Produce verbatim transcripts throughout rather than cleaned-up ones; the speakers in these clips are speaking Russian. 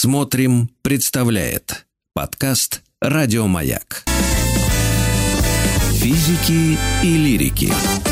Смотрим, представляет подкаст «Радиомаяк». Физики и лирики.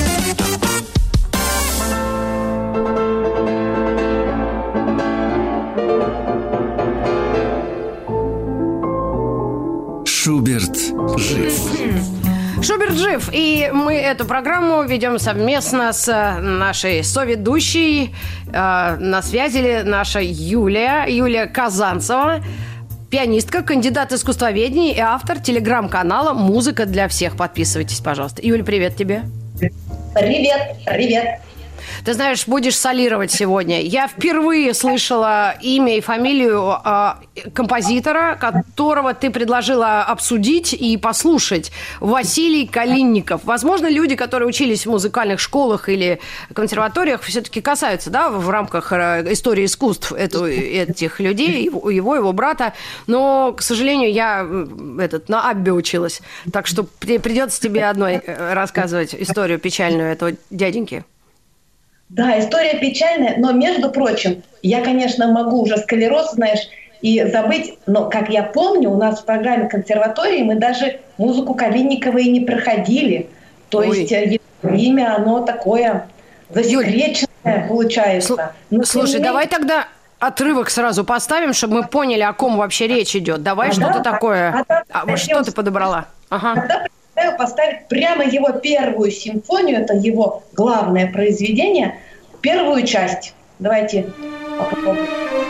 Шуберт жив. Шуберт жив, и мы эту программу ведем совместно с нашей соведущей. Э, на связи наша Юлия, Юлия Казанцева, пианистка, кандидат искусствоведения и автор телеграм-канала «Музыка для всех». Подписывайтесь, пожалуйста. Юля, привет тебе. Привет, привет. Ты знаешь, будешь солировать сегодня. Я впервые слышала имя и фамилию э, композитора, которого ты предложила обсудить и послушать. Василий Калинников. Возможно, люди, которые учились в музыкальных школах или консерваториях, все-таки касаются, да, в рамках истории искусств эту, этих людей, его, его, его брата. Но, к сожалению, я этот, на Аббе училась. Так что придется тебе одной рассказывать историю печальную этого дяденьки. Да, история печальная, но, между прочим, я, конечно, могу уже склероз, знаешь, и забыть, но, как я помню, у нас в программе консерватории мы даже музыку Калинникова и не проходили. То Ой. есть его имя, оно такое засекреченное получается. Но, Слушай, менее... давай тогда отрывок сразу поставим, чтобы мы поняли, о ком вообще речь идет. Давай а что-то да, такое. А, а, а, что ты подобрала? Ага. Тогда поставить прямо его первую симфонию, это его главное произведение, первую часть. Давайте попробуем.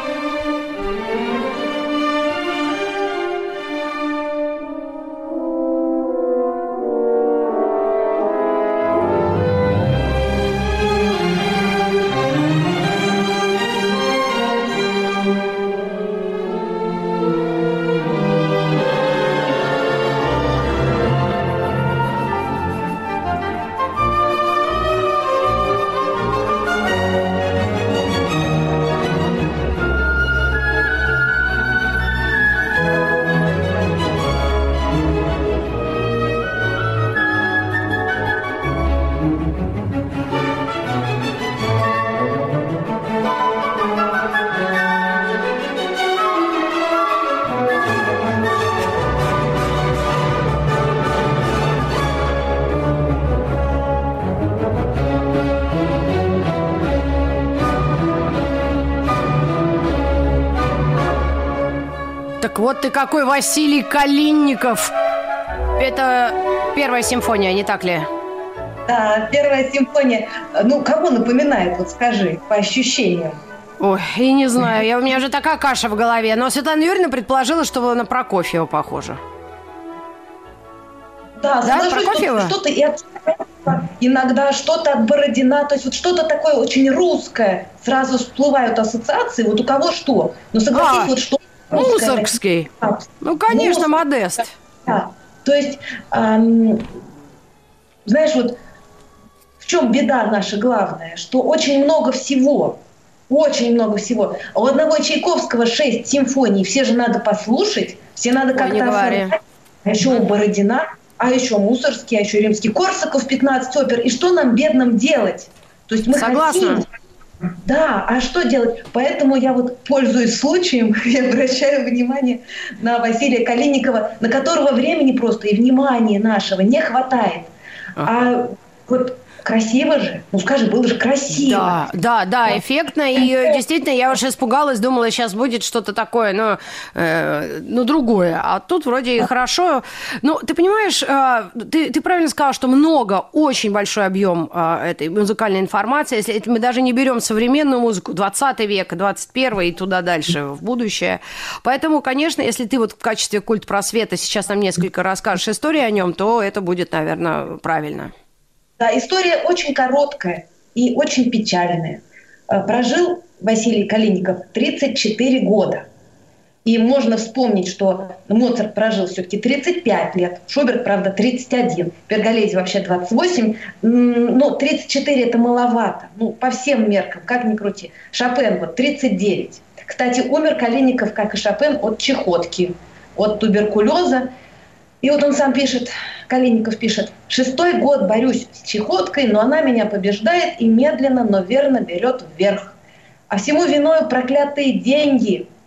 Так вот ты какой, Василий Калинников. Это первая симфония, не так ли? Да, первая симфония. Ну, кого напоминает, вот скажи, по ощущениям? Ой, и не знаю, я, у меня уже такая каша в голове. Но Светлана Юрьевна предположила, что на Прокофьева похоже. Да, да Прокофьева? Что-то, что-то и от... иногда что-то от Бородина, то есть вот что-то такое очень русское. Сразу всплывают ассоциации, вот у кого что. Но согласись, а. вот что... Мусоргский. Ну, конечно, Мусор. Модест. Да. То есть, эм, знаешь, вот в чем беда наша главная, что очень много всего, очень много всего. А у одного Чайковского шесть симфоний, все же надо послушать, все надо как-то осознать. А еще у Бородина, а еще Мусоргский, а еще Римский-Корсаков, пятнадцать опер. И что нам, бедным, делать? То есть мы Согласна. хотим... Да, а что делать? Поэтому я вот, пользуясь случаем, я обращаю внимание на Василия Калинникова, на которого времени просто и внимания нашего не хватает. А вот красиво же, ну скажи, было же красиво. Да, да, да, эффектно. И действительно, я уже испугалась, думала, сейчас будет что-то такое, ну, э, ну другое. А тут вроде и хорошо. Ну, ты понимаешь, э, ты, ты правильно сказала, что много, очень большой объем э, этой музыкальной информации. Если мы даже не берем современную музыку, двадцатый век, двадцать первый и туда дальше, в будущее. Поэтому, конечно, если ты вот в качестве культпросвета сейчас нам несколько расскажешь истории о нем, то это будет, наверное, правильно. Да, история очень короткая и очень печальная. Прожил Василий Калинников тридцать четыре года. И можно вспомнить, что Моцарт прожил все-таки тридцать пять лет, Шуберт, правда, тридцать один, Перголези вообще двадцать восемь, но тридцать четыре это маловато, ну, по всем меркам, как ни крути. Шопен вот тридцать девять. Кстати, умер Калинников, как и Шопен, от чехотки, от туберкулеза. И вот он сам пишет, Калинников пишет: «Шестой год борюсь с чехоткой, но она меня побеждает и медленно, но верно берет вверх. А всему виною проклятые деньги.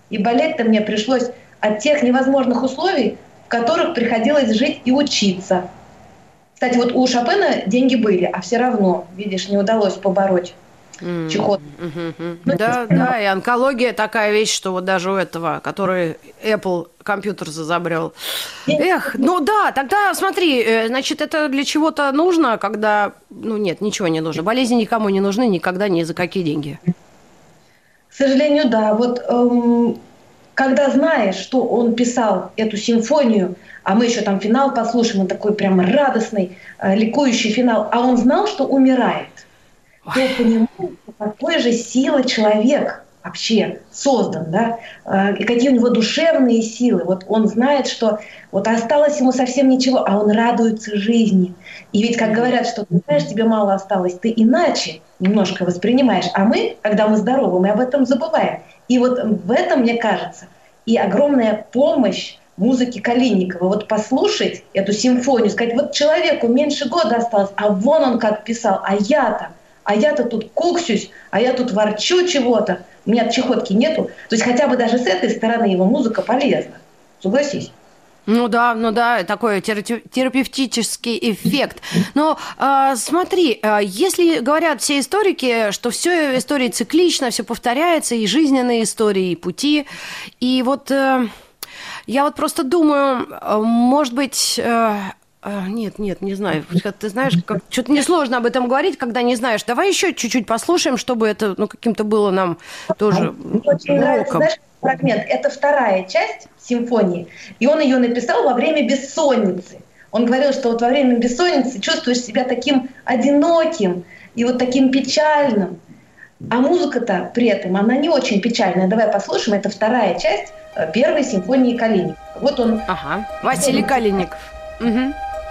И балет-то мне пришлось от тех невозможных условий, в которых приходилось жить и учиться. Кстати, вот у Шопена деньги были, а все равно, видишь, не удалось побороть mm-hmm. чехотку. Mm-hmm. Ну, да, да, и онкология такая вещь, что вот даже у этого, который Apple компьютер изобрел. Эх, ну да, тогда смотри, значит, это для чего-то нужно, когда, ну нет, ничего не нужно. Болезни никому не нужны, никогда ни за какие деньги. К сожалению, да. Вот эм, когда знаешь, что он писал эту симфонию, а мы еще там финал послушаем, он такой прямо радостный, э, ликующий финал, а он знал, что умирает, то понимаешь, какой же силой человек вообще создан, да, э, и какие у него душевные силы. Вот он знает, что вот осталось ему совсем ничего, а он радуется жизни. И ведь, как говорят, что ты знаешь, тебе мало осталось, ты иначе немножко воспринимаешь. А мы, когда мы здоровы, мы об этом забываем. И вот в этом, мне кажется, и огромная помощь музыки Калинникова. Вот послушать эту симфонию, сказать, вот человеку меньше года осталось, а вон он как писал, а я-то, а я-то тут куксюсь, а я тут ворчу чего-то, у меня чехотки нету. То есть хотя бы даже с этой стороны его музыка полезна. Согласись? Ну да, ну да, такой терапевтический эффект. Но э, смотри, э, если говорят все историки, что все в истории циклично, все повторяется, и жизненные истории, и пути, и вот э, я вот просто думаю, э, может быть... Э, Нет, нет, не знаю. Ты знаешь, как, что-то несложно об этом говорить, когда не знаешь. Давай еще чуть-чуть послушаем, чтобы это ну, каким-то было нам тоже очень нравится, знаешь, фрагмент. Это вторая часть симфонии, и он ее написал во время бессонницы. Он говорил, что вот во время бессонницы чувствуешь себя таким одиноким и вот таким печальным. А музыка-то при этом, она не очень печальная. Давай послушаем. Это вторая часть первой симфонии Калинникова. Вот он. Ага, Василий Калинников. Угу.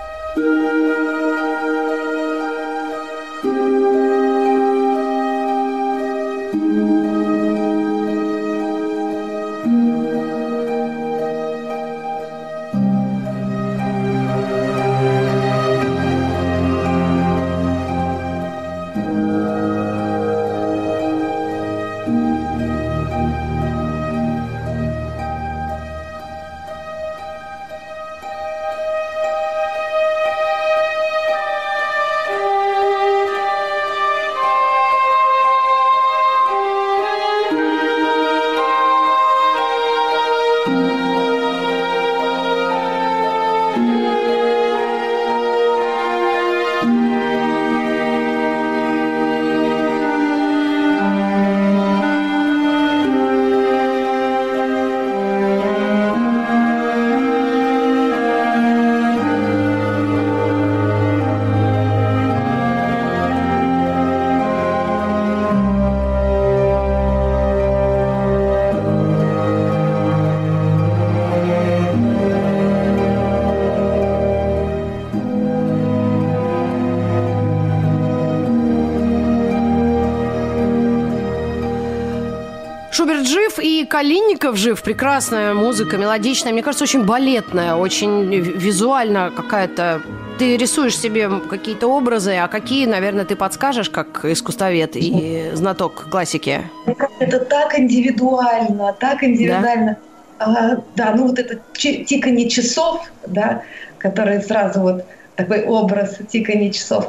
Шуберт жив, и Калинников жив. Прекрасная музыка, мелодичная. Мне кажется, очень балетная, очень визуально какая-то. Ты рисуешь себе какие-то образы, а какие, наверное, ты подскажешь, как искусствовед и знаток классики? Это так индивидуально, так индивидуально. Да, а, да ну вот это тиканье часов, да, который сразу вот такой образ тиканье часов.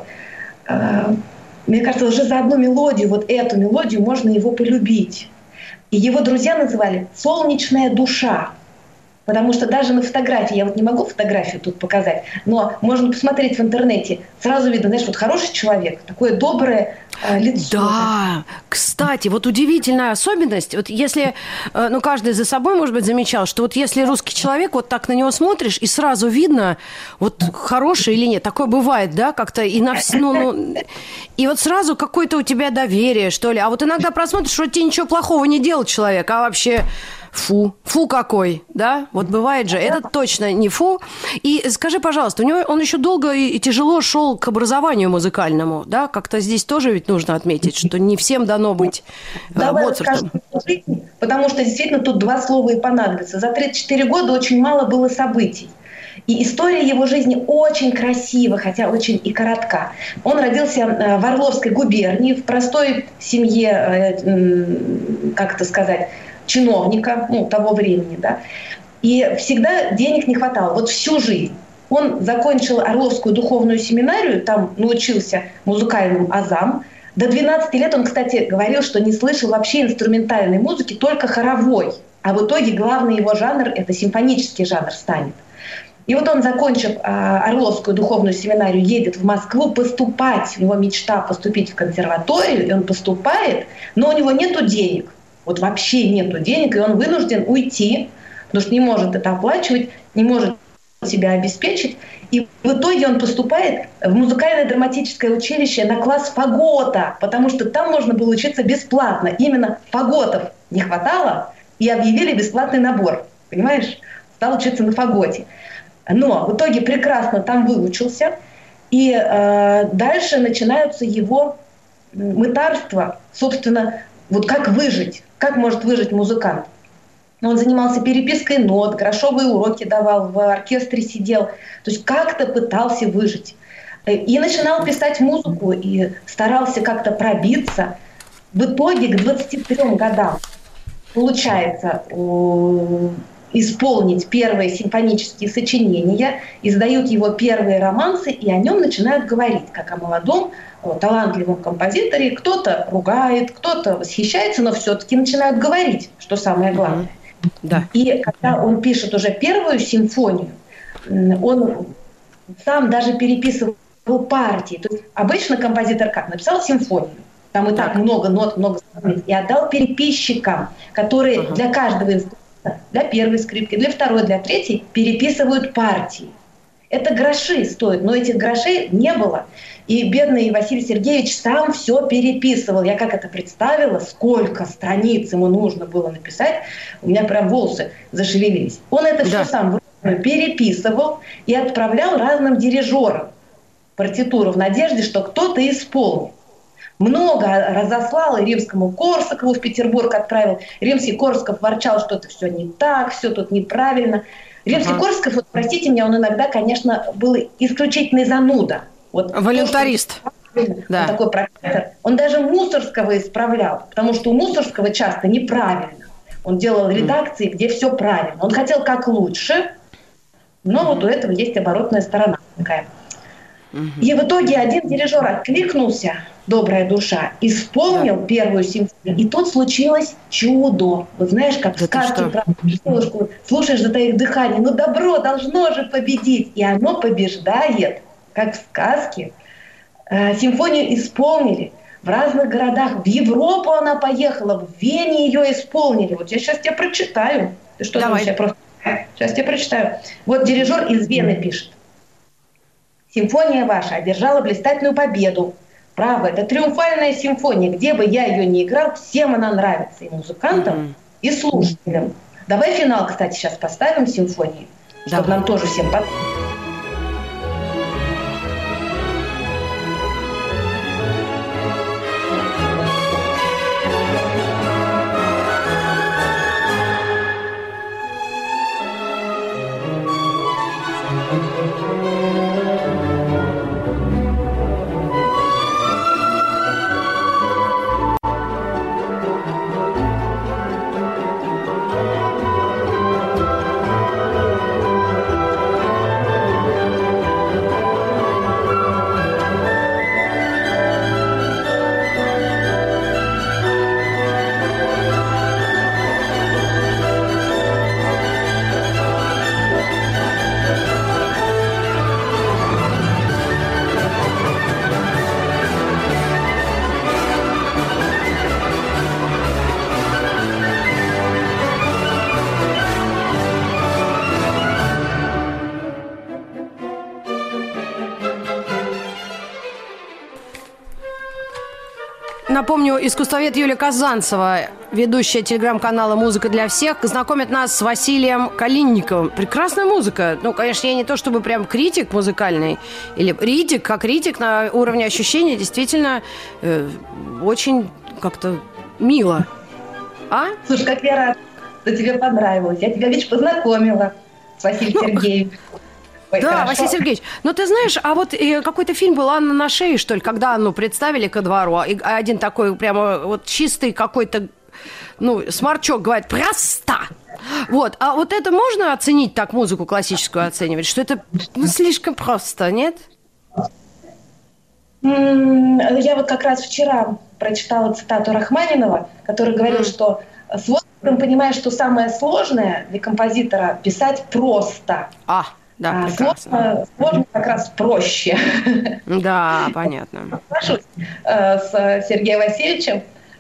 А, мне кажется, уже за одну мелодию, вот эту мелодию, можно его полюбить. И его друзья называли «солнечная душа». Потому что даже на фотографии, я вот не могу фотографию тут показать, но можно посмотреть в интернете, сразу видно, знаешь, вот хороший человек, такое доброе э, лицо. Да, кстати, вот удивительная особенность, вот если, э, ну, каждый за собой, может быть, замечал, что вот если русский человек, вот так на него смотришь, и сразу видно, вот хороший или нет, такое бывает, да, как-то, и на вс... ну, ну, и вот сразу какое-то у тебя доверие, что ли, а вот иногда просмотришь, что тебе ничего плохого не делал человек, а вообще... Фу, фу какой, да? Вот бывает же, это точно не фу. И скажи, пожалуйста, у него он еще долго и тяжело шел к образованию музыкальному, да? Как-то здесь тоже ведь нужно отметить, что не всем дано быть Давай Моцартом. Расскажу, потому что действительно тут два слова и понадобится. За тридцать четыре года очень мало было событий. И история его жизни очень красива, хотя очень и коротка. Он родился в Орловской губернии, в простой семье, как это сказать, чиновника, ну, того времени, да, и всегда денег не хватало, вот всю жизнь. Он закончил Орловскую духовную семинарию, там научился музыкальным азам. До двенадцати лет он, кстати, говорил, что не слышал вообще инструментальной музыки, только хоровой. А в итоге главный его жанр – это симфонический жанр станет. И вот он, закончив Орловскую духовную семинарию, едет в Москву поступать. У него мечта поступить в консерваторию, и он поступает, но у него нету денег. Вот вообще нету денег, и он вынужден уйти, потому что не может это оплачивать, не может себя обеспечить. И в итоге он поступает в музыкальное драматическое училище на класс фагота, потому что там можно было учиться бесплатно. Именно фаготов не хватало, и объявили бесплатный набор. Понимаешь? Стал учиться на фаготе. Но в итоге прекрасно там выучился. И э, дальше начинаются его мытарства. Собственно, вот как выжить, как может выжить музыкант. Он занимался перепиской нот, грошовые уроки давал, в оркестре сидел. То есть как-то пытался выжить. И начинал писать музыку, и старался как-то пробиться. В итоге к двадцати трём годам получается исполнить первые симфонические сочинения, издают его первые романсы, и о нем начинают говорить, как о молодом, талантливом композиторе. Кто-то ругает, кто-то восхищается, но все-таки начинают говорить, что самое главное. Да. И когда он пишет уже первую симфонию, он сам даже переписывал партии. То есть обычно композитор как? Написал симфонию, там и так, так много нот, много страниц, и отдал переписчикам, которые ага. для каждого инструмента, для первой скрипки, для второй, для третьей переписывают партии. Это гроши стоит, но этих грошей не было. И бедный Василий Сергеевич сам все переписывал. Я как это представила, сколько страниц ему нужно было написать, у меня прям волосы зашевелились. Он это да. все сам переписывал и отправлял разным дирижерам партитуру в надежде, что кто-то исполнит. Много разослал, и Римскому-Корсакову в Петербург отправил. Римский-Корсаков ворчал, что это все не так, все тут неправильно. Римский-Корсаков, вот, простите меня, он иногда, конечно, был исключительный зануда. Вот волюнтарист. То, что, да. Он такой профессор. Он даже Мусорского исправлял, потому что у Мусорского часто неправильно. Он делал редакции, где все правильно. Он хотел как лучше, но вот у этого есть оборотная сторона такая. И в итоге один дирижер откликнулся, добрая душа, исполнил да. первую симфонию, и тут случилось чудо. Вот знаешь, как в сказке про девушку, слушаешь затаив дыхание, ну добро должно же победить, и оно побеждает, как в сказке. Симфонию исполнили в разных городах, в Европу она поехала, в Вене ее исполнили. Вот я сейчас тебе прочитаю. Ты что думаешь, я просто... Сейчас тебе прочитаю. Вот дирижер из Вены пишет. Симфония ваша одержала блистательную победу. Право, это триумфальная симфония. Где бы я ее ни играл, всем она нравится. И музыкантам, mm-hmm. и слушателям. Давай финал, кстати, сейчас поставим симфонии, чтобы Давай. нам тоже всем понравилось. Напомню, искусствовед Юлия Казанцева, ведущая телеграм-канала «Музыка для всех», знакомит нас с Василием Калинниковым. Прекрасная музыка. Ну, конечно, я не то чтобы прям критик музыкальный, или критик, как критик на уровне ощущения, действительно э, очень как-то мило. А? Слушай, как я рада, что тебе понравилось. Я тебя, видишь, познакомила с Василием ну, Сергеевичем. Ой, да, хорошо. Василий Сергеевич, ну ты знаешь, а вот э, какой-то фильм был «Анна на шее», что ли, когда Анну представили ко двору, и один такой прямо вот чистый какой-то ну, сморчок говорит «просто». Вот, а вот это можно оценить так, музыку классическую оценивать, что это ну, слишком просто, нет? Я вот как раз вчера прочитала цитату Рахманинова, который говорил, mm. что с возрастом понимаешь, что самое сложное для композитора писать просто. А, да, а сложно, сложно как раз проще. Да, понятно. Соглашусь с Сергеем Васильевичем,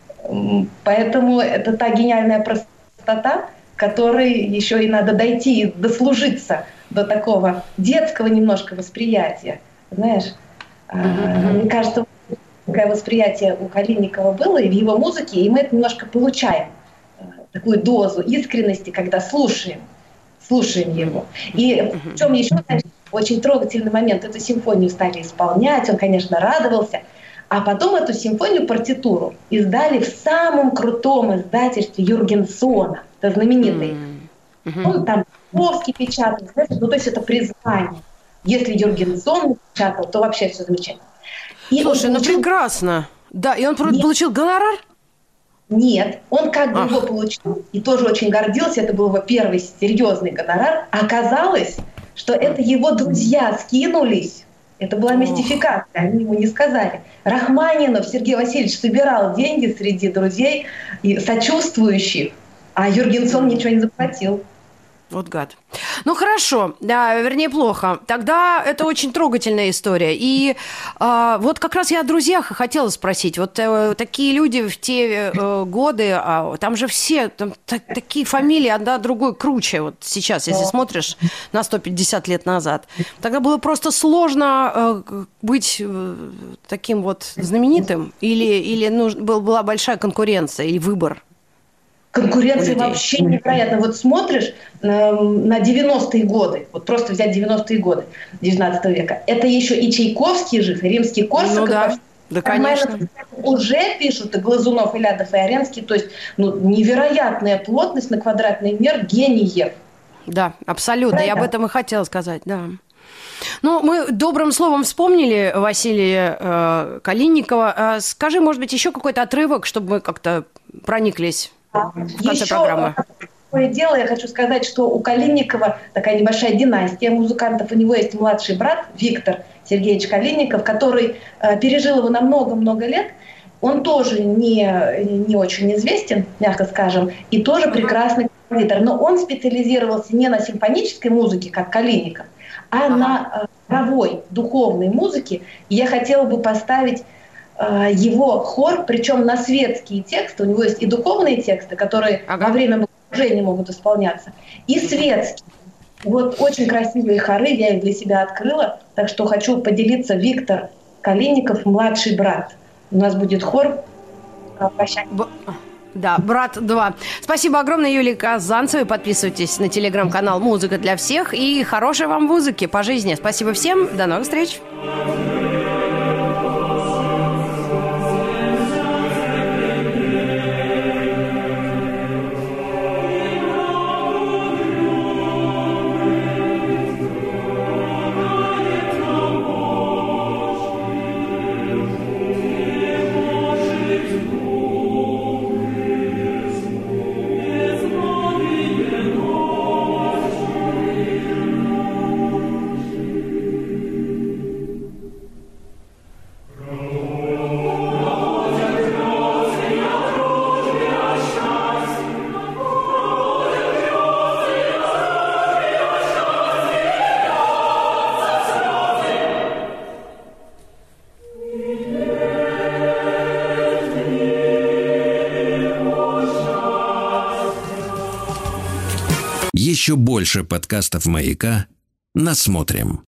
поэтому это та гениальная простота, которой еще и надо дойти и дослужиться до такого детского немножко восприятия, знаешь. Mm-hmm. Мне кажется, такое восприятие у Калинникова было и в его музыке, и мы это немножко получаем, такую дозу искренности, когда слушаем, слушаем его. И mm-hmm. в чем еще, конечно, очень трогательный момент, эту симфонию стали исполнять, он, конечно, радовался, а потом эту симфонию, партитуру, издали в самом крутом издательстве Юргенсона, это знаменитый. Mm-hmm. Он там Пловский печатал, знаешь, ну то есть это признание. Если Юргенсон печатал, то вообще все замечательно. И слушай, получил... ну прекрасно. Да, и он Нет. получил гонорар? Нет, он как бы Ах. его получил и тоже очень гордился. Это был его первый серьезный гонорар. А оказалось, что это его друзья скинулись. Это была мистификация, они ему не сказали. Рахманинов Сергей Васильевич собирал деньги среди друзей и сочувствующих, а Юргенсон ничего не заплатил. Вот гад. Ну, хорошо, да, вернее, плохо. Тогда это очень трогательная история. И э, вот как раз я о друзьях хотела спросить. Вот э, такие люди в те э, годы, э, там же все, там так, такие фамилии, одна другой круче. Вот сейчас, если смотришь на сто пятьдесят лет назад. Тогда было просто сложно э, быть э, таким вот знаменитым? Или, или нуж, был, была большая конкуренция или выбор? Конкуренция вообще невероятная. Вот смотришь э, на девяностые годы, вот просто взять девяностые годы девятнадцатого века, это еще и Чайковский жив, и Римский-Корсаков. Ну да, да, конечно. Уже пишут и Глазунов, и Лядов, и Аренский. То есть ну, невероятная плотность на квадратный метр гениев. Да, абсолютно. Правильно? Я об этом и хотела сказать, да. Ну, мы добрым словом вспомнили Василия э, Калинникова. А скажи, может быть, еще какой-то отрывок, чтобы мы как-то прониклись в конце еще программы. Такое дело, я хочу сказать, что у Калинникова такая небольшая династия музыкантов. У него есть младший брат Виктор Сергеевич Калинников, который э, пережил его на много-много лет. Он тоже не, не очень известен, мягко скажем, и тоже прекрасный композитор. Но он специализировался не на симфонической музыке, как Калинников, а ага. на хоровой, духовной музыке. И я хотела бы поставить э, его хор, причем на светские тексты. У него есть и духовные тексты, которые ага. во время богослужения могут исполняться, и светские. Вот очень красивые хоры, я их для себя открыла, так что хочу поделиться. Виктор Калинников, младший брат. У нас будет хор. Прощай. Да, «Брат два». Спасибо огромное, Юлии Казанцевой. Подписывайтесь на телеграм-канал «Музыка для всех». И хорошей вам музыки по жизни. Спасибо всем. До новых встреч. Еще больше подкастов «Маяка» насмотрим.